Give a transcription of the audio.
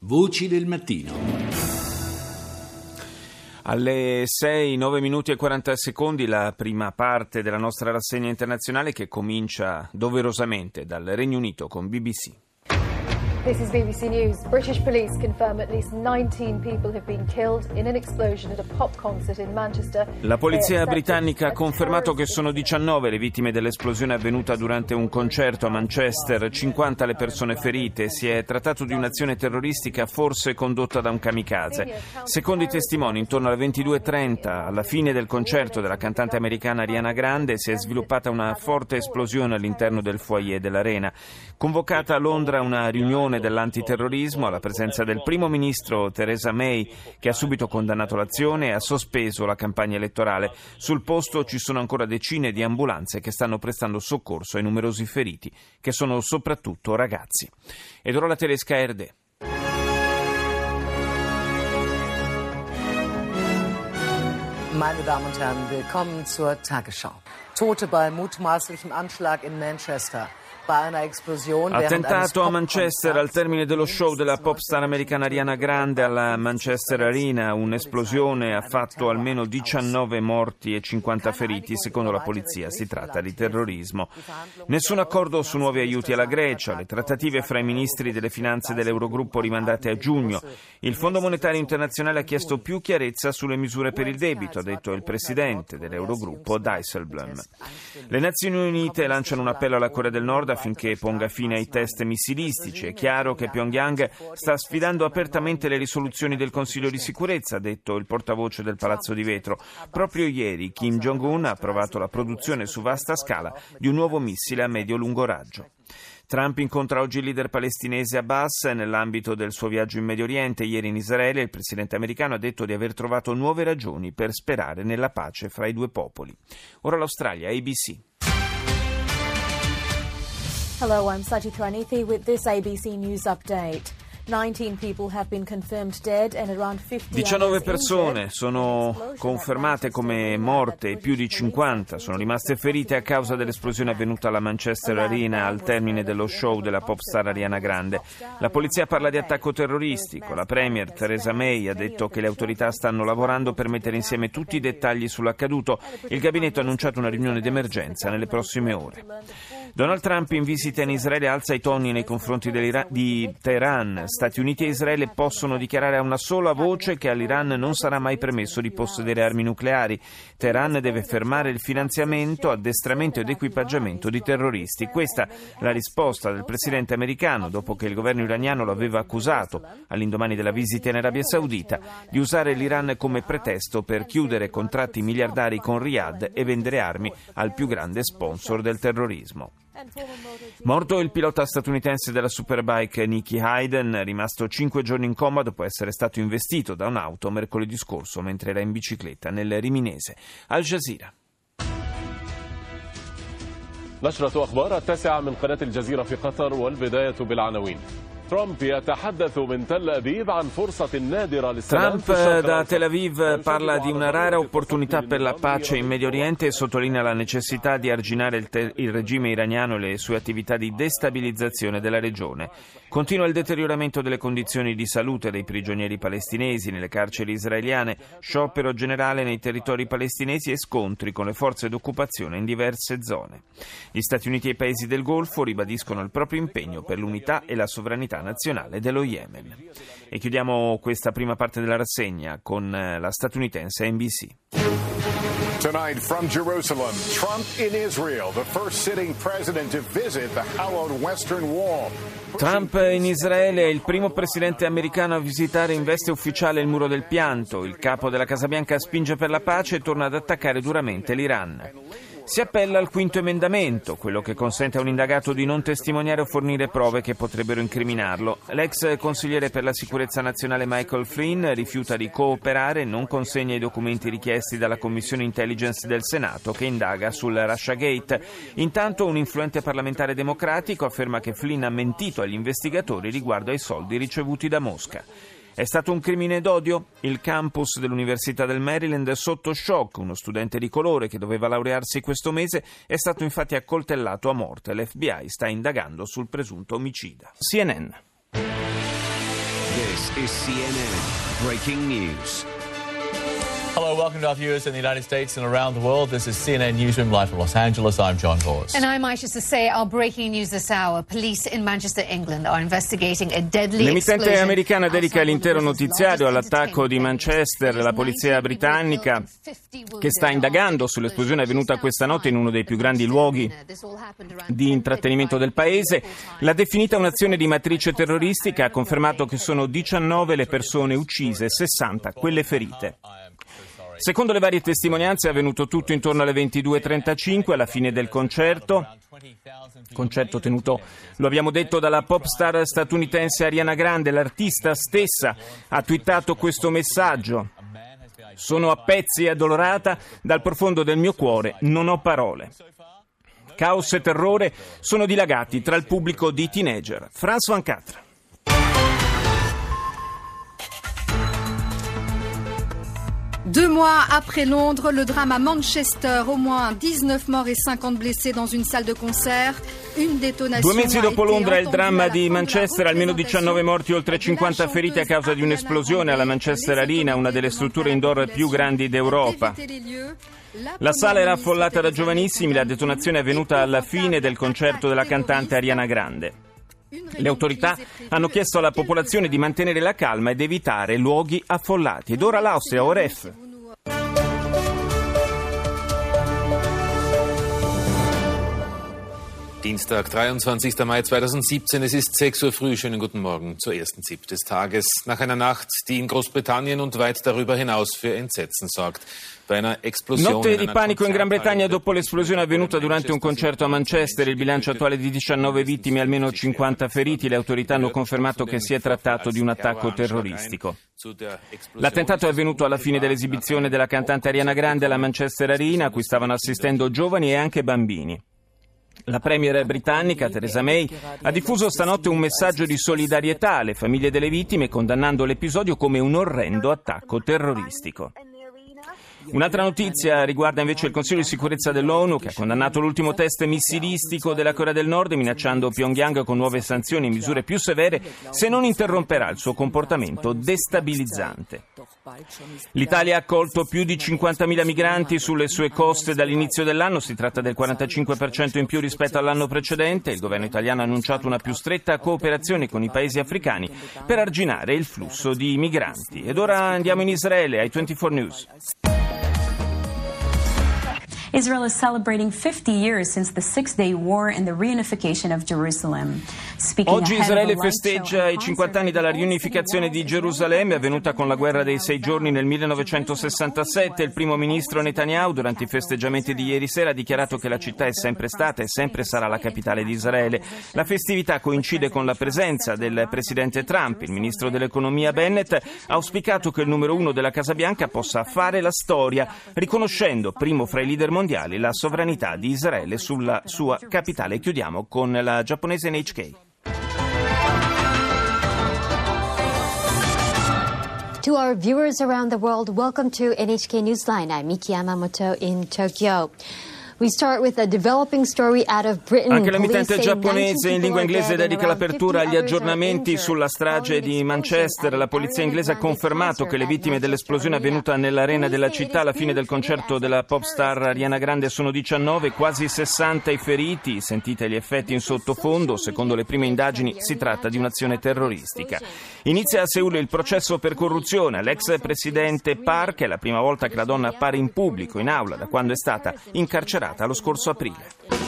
Voci del mattino. Alle 6, 9 minuti e 40 secondi la prima parte della nostra rassegna internazionale, che comincia doverosamente dal Regno Unito con BBC. This is BBC News. British police confirm at least 19 people have been killed in an explosion at a pop concert in Manchester. La polizia britannica ha confermato che sono 19 le vittime dell'esplosione avvenuta durante un concerto a Manchester, 50 le persone ferite. Si è trattato di un'azione terroristica forse condotta da un kamikaze. Secondo i testimoni, intorno alle 22:30, alla fine del concerto della cantante americana Ariana Grande, si è sviluppata una forte esplosione all'interno del foyer dell'Arena. Convocata a Londra una riunione dell'antiterrorismo alla presenza del primo ministro Theresa May, che ha subito condannato l'azione e ha sospeso la campagna elettorale. Sul posto ci sono ancora decine di ambulanze che stanno prestando soccorso ai numerosi feriti, che sono soprattutto ragazzi. Ed ora la tedesca ARD. Meine Damen und Herren, willkommen zur Tagesschau. Tote bei mutmaßlichem Anschlag in Manchester. Attentato a Manchester al termine dello show della pop star americana Ariana Grande alla Manchester Arena. Un'esplosione ha fatto almeno 19 morti e 50 feriti. Secondo la polizia si tratta di terrorismo. Nessun accordo su nuovi aiuti alla Grecia. Le trattative fra i ministri delle finanze dell'Eurogruppo rimandate a giugno. Il Fondo Monetario Internazionale ha chiesto più chiarezza sulle misure per il debito, ha detto il presidente dell'Eurogruppo Dijsselbloem. Le Nazioni Unite lanciano un appello alla Corea del Nord affinché ponga fine ai test missilistici. È chiaro che Pyongyang sta sfidando apertamente le risoluzioni del Consiglio di sicurezza, ha detto il portavoce del Palazzo di Vetro. Proprio ieri Kim Jong-un ha approvato la produzione su vasta scala di un nuovo missile a medio-lungo raggio. Trump incontra oggi il leader palestinese Abbas nell'ambito del suo viaggio in Medio Oriente. Ieri in Israele il presidente americano ha detto di aver trovato nuove ragioni per sperare nella pace fra i due popoli. Ora l'Australia, ABC. Hello, I'm Sajid Pranithy with this ABC News Update. 19 persone sono confermate come morte e più di 50 sono rimaste ferite a causa dell'esplosione avvenuta alla Manchester Arena al termine dello show della pop star Ariana Grande. La polizia parla di attacco terroristico. La premier Theresa May ha detto che le autorità stanno lavorando per mettere insieme tutti i dettagli sull'accaduto. Il gabinetto ha annunciato una riunione d'emergenza nelle prossime ore. Donald Trump in visita in Israele alza i toni nei confronti di Teheran. Stati Uniti e Israele possono dichiarare a una sola voce che all'Iran non sarà mai permesso di possedere armi nucleari. Teheran deve fermare il finanziamento, addestramento ed equipaggiamento di terroristi. Questa la risposta del presidente americano dopo che il governo iraniano lo aveva accusato, all'indomani della visita in Arabia Saudita, di usare l'Iran come pretesto per chiudere contratti miliardari con Riyadh e vendere armi al più grande sponsor del terrorismo. Morto il pilota statunitense della Superbike Nicky Hayden, rimasto 5 giorni in coma dopo essere stato investito da un'auto mercoledì scorso mentre era in bicicletta nel Riminese. Al Jazeera. نشرة أخبار 9 من قناة الجزيرة في قطر والبداية بالعناوين. Trump da Tel Aviv parla di una rara opportunità per la pace in Medio Oriente e sottolinea la necessità di arginare il regime iraniano e le sue attività di destabilizzazione della regione. Continua il deterioramento delle condizioni di salute dei prigionieri palestinesi nelle carceri israeliane, sciopero generale nei territori palestinesi e scontri con le forze d'occupazione in diverse zone. Gli Stati Uniti e i paesi del Golfo ribadiscono il proprio impegno per l'unità e la sovranità nazionale dello Yemen. E chiudiamo questa prima parte della rassegna con la statunitense NBC. Tonight from Jerusalem, Trump in Israel, the first sitting president to visit the hallowed Western Wall. Trump in Israele è il primo presidente americano a visitare in veste ufficiale il Muro del Pianto. Il capo della Casa Bianca spinge per la pace e torna ad attaccare duramente l'Iran. Si appella al quinto emendamento, quello che consente a un indagato di non testimoniare o fornire prove che potrebbero incriminarlo. L'ex consigliere per la sicurezza nazionale Michael Flynn rifiuta di cooperare e non consegna i documenti richiesti dalla Commissione Intelligence del Senato che indaga sul Russiagate. Intanto un influente parlamentare democratico afferma che Flynn ha mentito agli investigatori riguardo ai soldi ricevuti da Mosca. È stato un crimine d'odio? Il campus dell'Università del Maryland è sotto shock. Uno studente di colore che doveva laurearsi questo mese è stato infatti accoltellato a morte. L'FBI sta indagando sul presunto omicida. CNN. This is CNN Breaking News. Hello, welcome to our viewers in the United States and around the world. This is CNN Newsroom live from Los Angeles. I'm John Hawes. And I'm Aisha Sasay. Our breaking news this hour. Police in Manchester, England are investigating a deadly explosion. L'emittente americana dedica l'intero notiziario all'attacco di Manchester. La polizia britannica, che sta indagando sull'esplosione avvenuta questa notte in uno dei più grandi luoghi di intrattenimento del paese, l'ha definita un'azione di matrice terroristica. Ha confermato che sono 19 le persone uccise, 60 quelle ferite. Secondo le varie testimonianze è avvenuto tutto intorno alle 22:35 alla fine del concerto tenuto, lo abbiamo detto, dalla pop star statunitense Ariana Grande. L'artista stessa ha twittato questo messaggio: sono a pezzi e addolorata, dal profondo del mio cuore non ho parole. Caos e terrore sono dilagati tra il pubblico di teenager. France 24. 2 mois après Londres, le drame à Manchester, au moins 19 morts et 50 blessés dans une salle de concert. Une détonation. 2 mesi dopo Londra il dramma di Manchester, almeno 19 morti, oltre 50 feriti a causa di un'esplosione alla Manchester Arena, una delle strutture indoor più grandi d'Europa. La sala era affollata da giovanissimi, la detonazione è avvenuta alla fine del concerto della cantante Ariana Grande. Le autorità hanno chiesto alla popolazione di mantenere la calma ed evitare luoghi affollati. Ed ora l'Austria, ORF. Dienstag, 23. Mai 2017, es ist 6 Uhr früh. Schönen guten Morgen zur ersten ZIP des Tages. Nach einer Nacht, die in Großbritannien und weit darüber hinaus für Entsetzen sorgt. Notte di panico in Gran Bretagna dopo l'esplosione avvenuta durante un concerto a Manchester. Il bilancio attuale di 19 vittime e almeno 50 feriti. Le autorità hanno confermato che si è trattato di un attacco terroristico. L'attentato è avvenuto alla fine dell'esibizione della cantante Ariana Grande alla Manchester Arena, a cui stavano assistendo giovani e anche bambini. La premier britannica Theresa May ha diffuso stanotte un messaggio di solidarietà alle famiglie delle vittime, condannando l'episodio come un orrendo attacco terroristico. Un'altra notizia riguarda invece il Consiglio di sicurezza dell'ONU, che ha condannato l'ultimo test missilistico della Corea del Nord, minacciando Pyongyang con nuove sanzioni e misure più severe se non interromperà il suo comportamento destabilizzante. L'Italia ha accolto più di 50.000 migranti sulle sue coste dall'inizio dell'anno, si tratta del 45% in più rispetto all'anno precedente. Il governo italiano ha annunciato una più stretta cooperazione con i paesi africani per arginare il flusso di migranti. Ed ora andiamo in Israele, ai 24 News. Israel is celebrating 50 years since the Six-Day War and the reunification of Jerusalem. Oggi Israele festeggia i 50 anni dalla riunificazione di Gerusalemme, avvenuta con la guerra dei 6 giorni nel 1967. Il primo ministro Netanyahu, durante i festeggiamenti di ieri sera, ha dichiarato che la città è sempre stata e sempre sarà la capitale di Israele. La festività coincide con la presenza del presidente Trump. Il ministro dell'economia Bennett ha auspicato che il numero 1 della Casa Bianca possa fare la storia, riconoscendo, primo fra i leader mondiali, la sovranità di Israele sulla sua capitale. Chiudiamo con la giapponese NHK. To our viewers around the world, welcome to NHK Newsline. I'm Miki Yamamoto in Tokyo. We start with a developing story out of Britain. Anche l'emittente giapponese in lingua inglese dedica l'apertura agli aggiornamenti sulla strage di Manchester. La polizia inglese ha confermato che le vittime dell'esplosione avvenuta nell'arena della città alla fine del concerto della pop star Ariana Grande sono 19, quasi 60 i feriti. Sentite gli effetti in sottofondo. Secondo le prime indagini si tratta di un'azione terroristica. Inizia a Seul il processo per corruzione all'ex presidente Park. È la prima volta che la donna appare in pubblico, in aula, da quando è stata incarcerata lo scorso aprile.